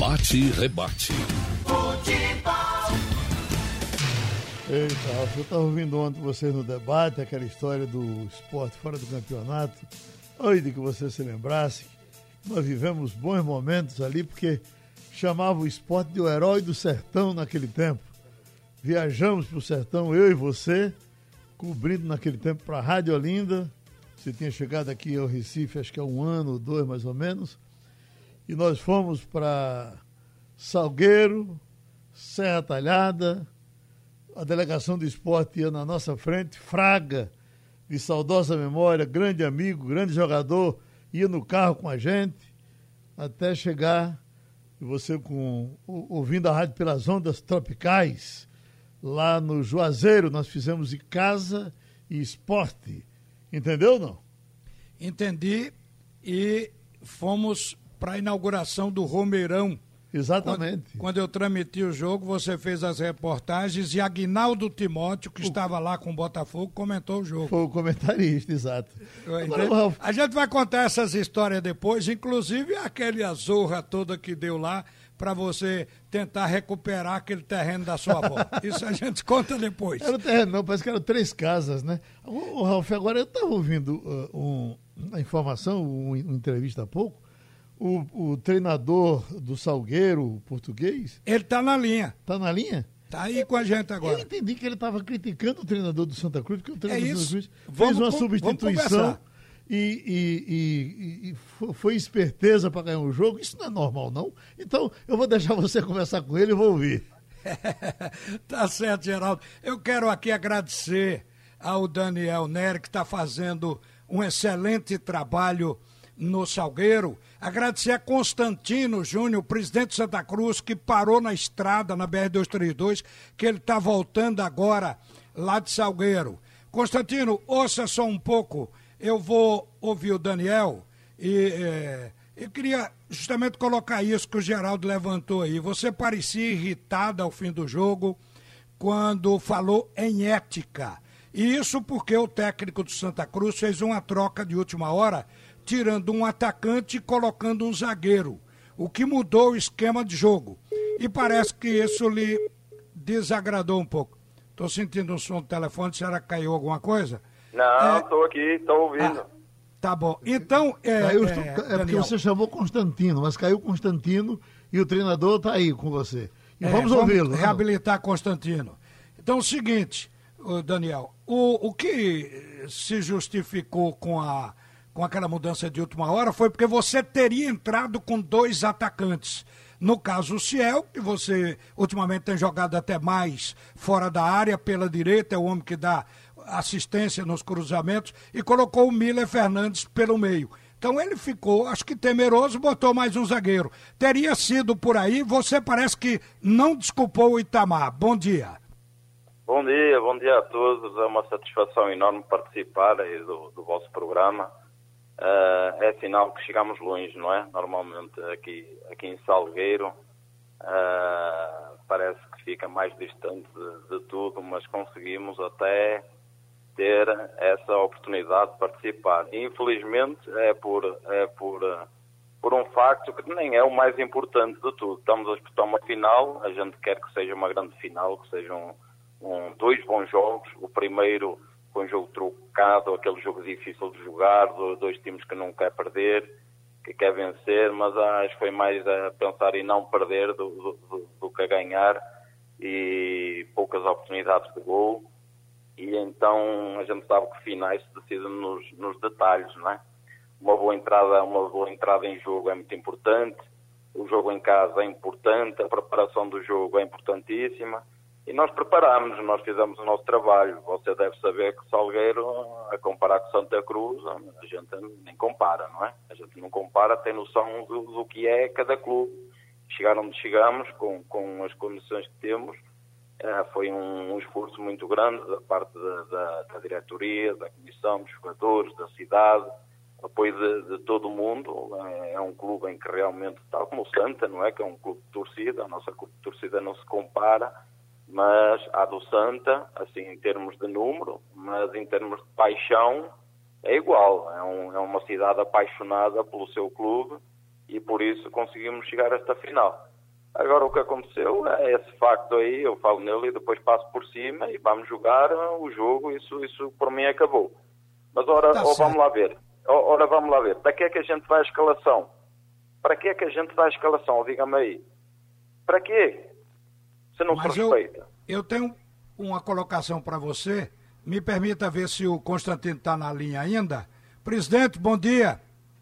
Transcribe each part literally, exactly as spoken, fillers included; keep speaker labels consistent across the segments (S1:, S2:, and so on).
S1: Bate e rebate.
S2: Futebol.
S3: Eita, Ralf, eu estava ouvindo ontem vocês no debate, aquela história do esporte fora do campeonato. Oi, de que você se lembrasse. Nós vivemos bons momentos ali, porque chamava o esporte de o herói do sertão naquele tempo. Viajamos para o sertão, eu e você, cobrindo naquele tempo para a Rádio Olinda. Você tinha chegado aqui ao Recife, acho que há um ano ou dois mais ou menos. E nós fomos para Salgueiro, Serra Talhada. A delegação do esporte ia na nossa frente. Fraga, de saudosa memória, grande amigo, grande jogador, ia no carro com a gente, até chegar, e você com, ouvindo a rádio pelas ondas tropicais, lá no Juazeiro. Nós fizemos de casa e esporte. Entendeu ou não?
S4: Entendi, e fomos para a inauguração do Romeirão.
S3: Exatamente.
S4: Quando, quando eu transmiti o jogo, você fez as reportagens e Aguinaldo Timóteo, que o... estava lá com o Botafogo, comentou o jogo.
S3: Foi o comentarista, exato.
S4: Agora, Ralf... A gente vai contar essas histórias depois, inclusive aquele azorra toda que deu lá para você tentar recuperar aquele terreno da sua avó. Isso a gente conta depois.
S3: Era o terreno não, parece que eram três casas, né? O, o Ralf, agora eu estava ouvindo uh, um, uma informação, um, uma entrevista há pouco. O, o treinador do Salgueiro, o português...
S4: Ele está na linha.
S3: Está na linha?
S4: Está aí com a gente agora.
S3: Eu entendi que ele estava criticando o treinador do Santa Cruz, porque o treinador
S4: é
S3: do Santa Cruz
S4: vamos,
S3: fez uma
S4: vamos,
S3: substituição e, e, e, e foi esperteza para ganhar o jogo. Isso não é normal, não. Então, eu vou deixar você conversar com ele e vou ouvir.
S4: Tá certo, Geraldo. Eu quero aqui agradecer ao Daniel Nery, que está fazendo um excelente trabalho no Salgueiro. Agradecer a Constantino Júnior, presidente de Santa Cruz, que parou na estrada, na B R duzentos e trinta e dois, que ele está voltando agora lá de Salgueiro. Constantino, ouça só um pouco, eu vou ouvir o Daniel e é, eu queria justamente colocar isso que o Geraldo levantou aí. Você parecia irritado ao fim do jogo quando falou em ética. E isso porque o técnico do Santa Cruz fez uma troca de última hora, tirando um atacante e colocando um zagueiro, o que mudou o esquema de jogo. E parece que isso lhe desagradou um pouco. Estou sentindo um som do telefone, será que caiu alguma coisa?
S5: Não, estou é... aqui, estou ouvindo. Ah,
S4: tá bom. Então, é,
S3: caiu,
S4: é,
S3: é porque Daniel, você chamou Constantino, mas caiu Constantino e o treinador está aí com você. E
S4: é,
S3: vamos ouvi-lo.
S4: Vamos reabilitar não? Constantino. Então, o seguinte, Daniel, o, o que se justificou com a com aquela mudança de última hora, foi porque você teria entrado com dois atacantes. No caso, o Ciel, que você ultimamente tem jogado até mais fora da área, pela direita, é o homem que dá assistência nos cruzamentos, e colocou o Miller Fernandes pelo meio. Então ele ficou, acho que temeroso, botou mais um zagueiro. Teria sido por aí, você parece que não desculpou o Itamar. Bom dia.
S5: Bom dia, bom dia a todos. É uma satisfação enorme participar aí do, do vosso programa. Uh, é sinal que chegamos longe, não é? Normalmente aqui, aqui em Salgueiro uh, parece que fica mais distante de, de tudo, mas conseguimos até ter essa oportunidade de participar. E, infelizmente é por, é por, por um facto que nem é o mais importante de tudo. Estamos a disputar uma final, a gente quer que seja uma grande final, que sejam um, dois bons jogos. O primeiro com um jogo trocado, aquele jogo difícil de jogar, dois times que não quer perder, que quer vencer, mas acho que foi mais a pensar em não perder do, do, do que a ganhar, e poucas oportunidades de gol, e então a gente sabe que finais se decidem nos, nos detalhes, não é? Uma boa entrada, uma boa entrada em jogo é muito importante, o jogo em casa é importante, a preparação do jogo é importantíssima. E nós preparámos, nós fizemos o nosso trabalho. Você deve saber que Salgueiro, a comparar com Santa Cruz, a gente nem compara, não é? A gente não compara, tem noção do, do que é cada clube. Chegar onde chegamos, com, com as condições que temos, uh, foi um, um esforço muito grande da parte da, da, da diretoria, da comissão, dos jogadores, da cidade, apoio de, de todo o mundo. É um clube em que realmente, tal como o Santa, não é? Que é um clube de torcida, a nossa clube de torcida não se compara, mas a do Santa, assim em termos de número, mas em termos de paixão, é igual. É, um, é uma cidade apaixonada pelo seu clube e por isso conseguimos chegar a esta final. Agora o que aconteceu é esse facto aí, eu falo nele e depois passo por cima e vamos jogar o jogo, isso, isso por mim acabou. Mas ora,
S4: Tá
S5: oh,
S4: certo.
S5: vamos lá ver, oh, ora vamos lá ver, para que é que a gente vai à escalação? Para que é que a gente vai à escalação? Diga-me aí. Para quê? Se não
S4: Mas
S5: se
S4: eu,
S5: respeita.
S4: eu tenho uma colocação para você. Me permita ver se o Constantino está na linha ainda. Presidente, bom dia.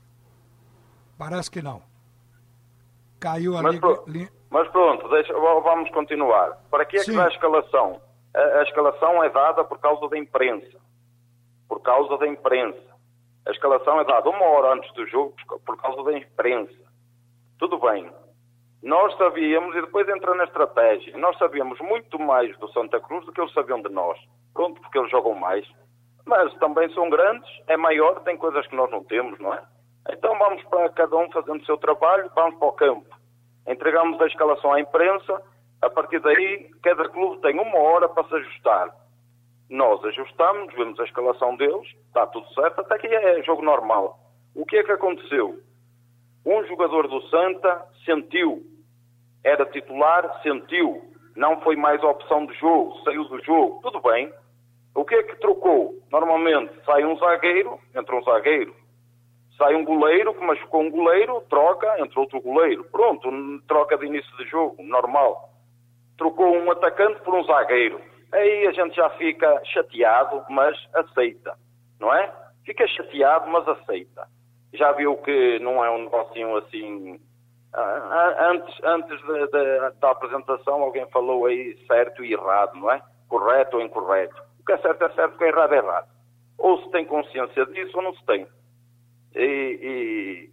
S4: Parece que não. Caiu a
S5: Mas,
S4: linha.
S5: pro-
S4: linha-
S5: mas pronto, deixa, vamos continuar. Para que é que
S4: Sim.
S5: vai a escalação? A, a escalação é dada por causa da imprensa. Por causa da imprensa. A escalação é dada uma hora antes do jogo por causa da imprensa. Tudo bem. Nós sabíamos, e depois entra na estratégia, nós sabíamos muito mais do Santa Cruz do que eles sabiam de nós. Pronto, porque eles jogam mais. Mas também são grandes, é maior, tem coisas que nós não temos, não é? Então vamos para cada um fazendo o seu trabalho, vamos para o campo. Entregamos a escalação à imprensa, a partir daí cada clube tem uma hora para se ajustar. Nós ajustamos, vemos a escalação deles, está tudo certo, até que é jogo normal. O que é que aconteceu? Um jogador do Santa sentiu, era titular, sentiu, não foi mais opção de jogo, saiu do jogo, tudo bem. O que é que trocou? Normalmente sai um zagueiro, entra um zagueiro. Sai um goleiro, que machucou um goleiro, troca, entra outro goleiro. Pronto, troca de início de jogo, normal. Trocou um atacante por um zagueiro. Aí a gente já fica chateado, mas aceita, não é? Fica chateado, mas aceita. Já viu que não é um negocinho assim... Antes, antes de, de, da apresentação, alguém falou aí certo e errado, não é? Correto ou incorreto. O que é certo é certo, o que é errado é errado. Ou se tem consciência disso ou não se tem. E, e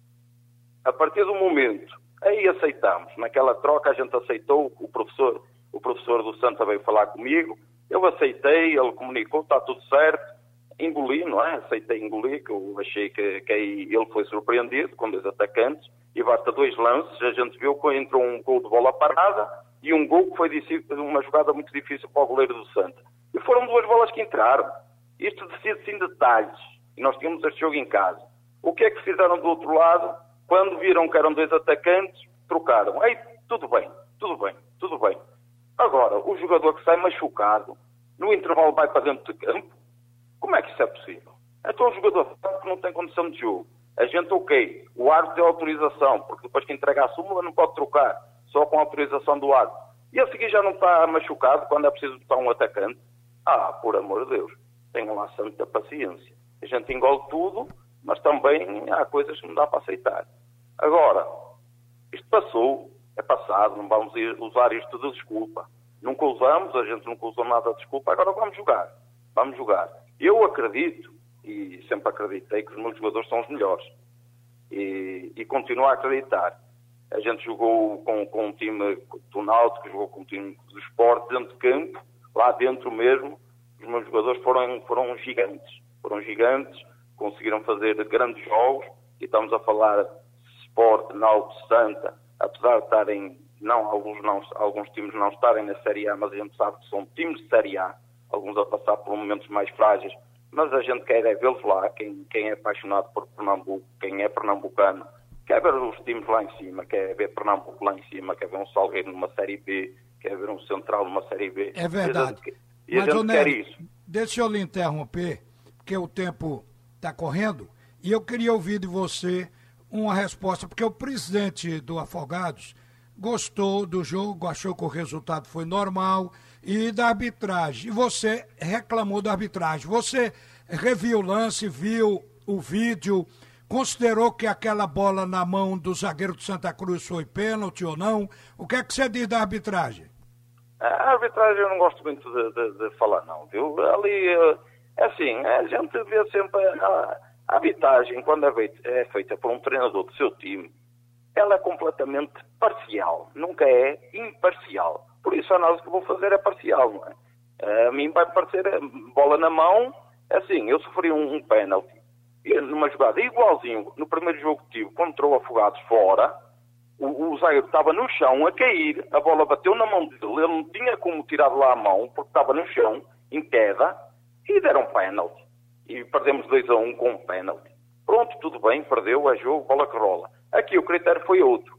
S5: a partir do momento, aí aceitamos. Naquela troca a gente aceitou, o professor, o professor do Santa veio falar comigo, eu aceitei, ele comunicou, está tudo certo. Engoli, não é? Aceitei engolir, que eu achei que, que aí ele foi surpreendido com dois atacantes e basta dois lances, a gente viu que entrou um gol de bola parada e um gol que foi uma jogada muito difícil para o goleiro do Santa. E foram duas bolas que entraram. Isto decide-se em detalhes. E nós tínhamos este jogo em casa. O que é que fizeram do outro lado? Quando viram que eram dois atacantes, trocaram. Ei, tudo bem, tudo bem, tudo bem. Agora, o jogador que sai machucado, no intervalo vai para dentro de campo, como é que isso é possível? Então o jogador que não tem condição de jogo. A gente, ok, o árbitro tem autorização, porque depois que entrega a súmula não pode trocar, só com a autorização do árbitro. E a seguir já não está machucado quando é preciso botar um atacante. Ah, por amor de Deus, tenham lá santa paciência. A gente engole tudo, mas também há coisas que não dá para aceitar. Agora, isto passou, é passado, não vamos usar isto de desculpa. Nunca usamos, a gente nunca usou nada de desculpa, agora vamos jogar. Vamos jogar. Eu acredito, e sempre acreditei, que os meus jogadores são os melhores. E, e continuo a acreditar. A gente jogou com, com um time do Náutico, jogou com um time do Sport dentro de campo, lá dentro mesmo. Os meus jogadores foram, foram gigantes. Foram gigantes, conseguiram fazer grandes jogos. E estamos a falar de Sport, Náutico, Santa, apesar de estarem, não, alguns, não, alguns times não estarem na Série A, mas a gente sabe que são times de Série A. Alguns a passar por momentos mais frágeis, mas a gente quer é vê-los lá, quem, quem é apaixonado por Pernambuco, quem é pernambucano, quer ver os times lá em cima, quer ver Pernambuco lá em cima, quer ver um Salgueiro numa Série B, quer ver um Central numa Série B.
S4: É verdade.
S5: E a gente, e a gente quer isso.
S4: Deixa eu lhe interromper, porque o tempo está correndo, e eu queria ouvir de você uma resposta, porque o presidente do Afogados gostou do jogo, achou que o resultado foi normal, e da arbitragem. E você reclamou da arbitragem. Você reviu o lance, viu o vídeo, considerou que aquela bola na mão do zagueiro de Santa Cruz foi pênalti ou não? O que é que você diz da arbitragem?
S5: A arbitragem eu não gosto muito de, de, de falar, não, viu? Ali, é assim, a gente vê sempre a, a arbitragem, quando é feita, é feita por um treinador do seu time, ela é completamente parcial, nunca é imparcial. Por isso a análise que eu vou fazer é parcial, não é? A mim vai parecer bola na mão, assim, eu sofri um, um pênalti, numa jogada igualzinho, no primeiro jogo que tive, contra o Afogados fora, o, o zagueiro estava no chão a cair, a bola bateu na mão dele, ele não tinha como tirar de lá a mão, porque estava no chão, em queda, e deram pênalti. E perdemos dois a um com um pênalti. Pronto, tudo bem, perdeu, é jogo, bola que rola. Aqui o critério foi outro.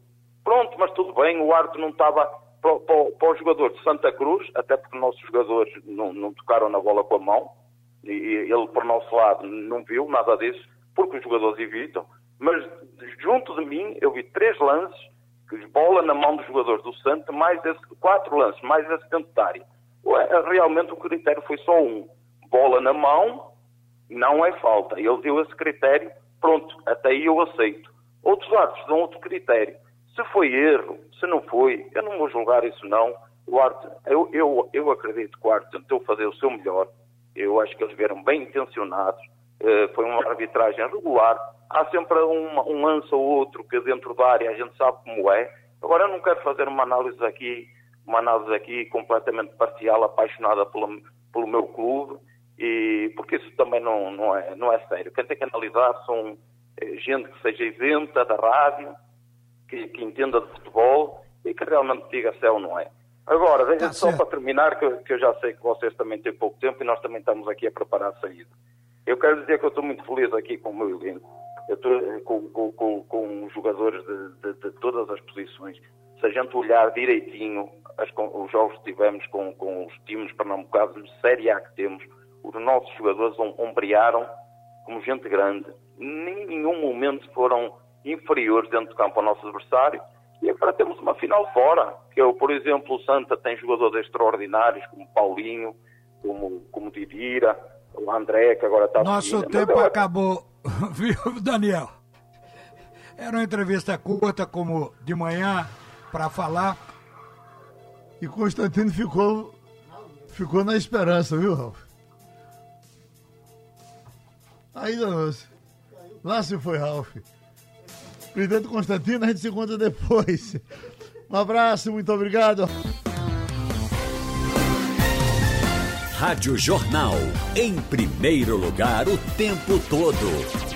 S5: Pronto, mas tudo bem, o árbitro não estava para, para, para o jogador de Santa Cruz, até porque os nossos jogadores não, não tocaram na bola com a mão, e ele, por nosso lado, não viu nada disso, porque os jogadores evitam. Mas, junto de mim, eu vi três lances, bola na mão dos jogadores do Santa, mais esse, quatro lances, mais esse dentário. Realmente o critério foi só um. Bola na mão, não é falta. Ele deu esse critério, pronto, até aí eu aceito. Outros árbitros dão outro critério. Se foi erro, se não foi, eu não vou julgar isso não. O árbitro, eu, eu, eu acredito que o árbitro tentou fazer o seu melhor. Eu acho que eles vieram bem intencionados. Uh, foi uma arbitragem regular. Há sempre um, um lance ou outro que dentro da área a gente sabe como é. Agora eu não quero fazer uma análise aqui, uma análise aqui completamente parcial, apaixonada pelo, pelo meu clube, e, porque isso também não, não, é, não é sério. Quem tem que analisar são eh, gente que seja isenta da rádio, que, que entenda de futebol e que realmente diga se é ou não é. Agora, veja
S4: Tá
S5: só
S4: certo.
S5: para terminar, que, que eu já sei que vocês também têm pouco tempo e nós também estamos aqui a preparar a saída. Eu quero dizer que eu estou muito feliz aqui com o meu elenco. Eu estou com, com, com, com jogadores de, de, de todas as posições. Se a gente olhar direitinho as, os jogos que tivemos com, com os times pernambucanos de Série A que temos, os nossos jogadores ombrearam como gente grande. Em nenhum momento foram inferiores dentro do campo ao nosso adversário. E agora temos uma final fora. Que eu, por exemplo, o Santa tem jogadores extraordinários, como Paulinho, como, como Didira, o André, que agora está...
S4: Nosso
S5: seguindo.
S4: tempo
S5: Mas eu-
S4: acabou, viu, Daniel? Era uma entrevista curta, como de manhã, para falar.
S3: E Constantino ficou, ficou na esperança, viu, Ralf? Ainda não. Lá se foi, Ralf. Presidente Constantino, a gente se encontra depois. Um abraço, muito obrigado.
S1: Rádio Jornal, em primeiro lugar o tempo todo.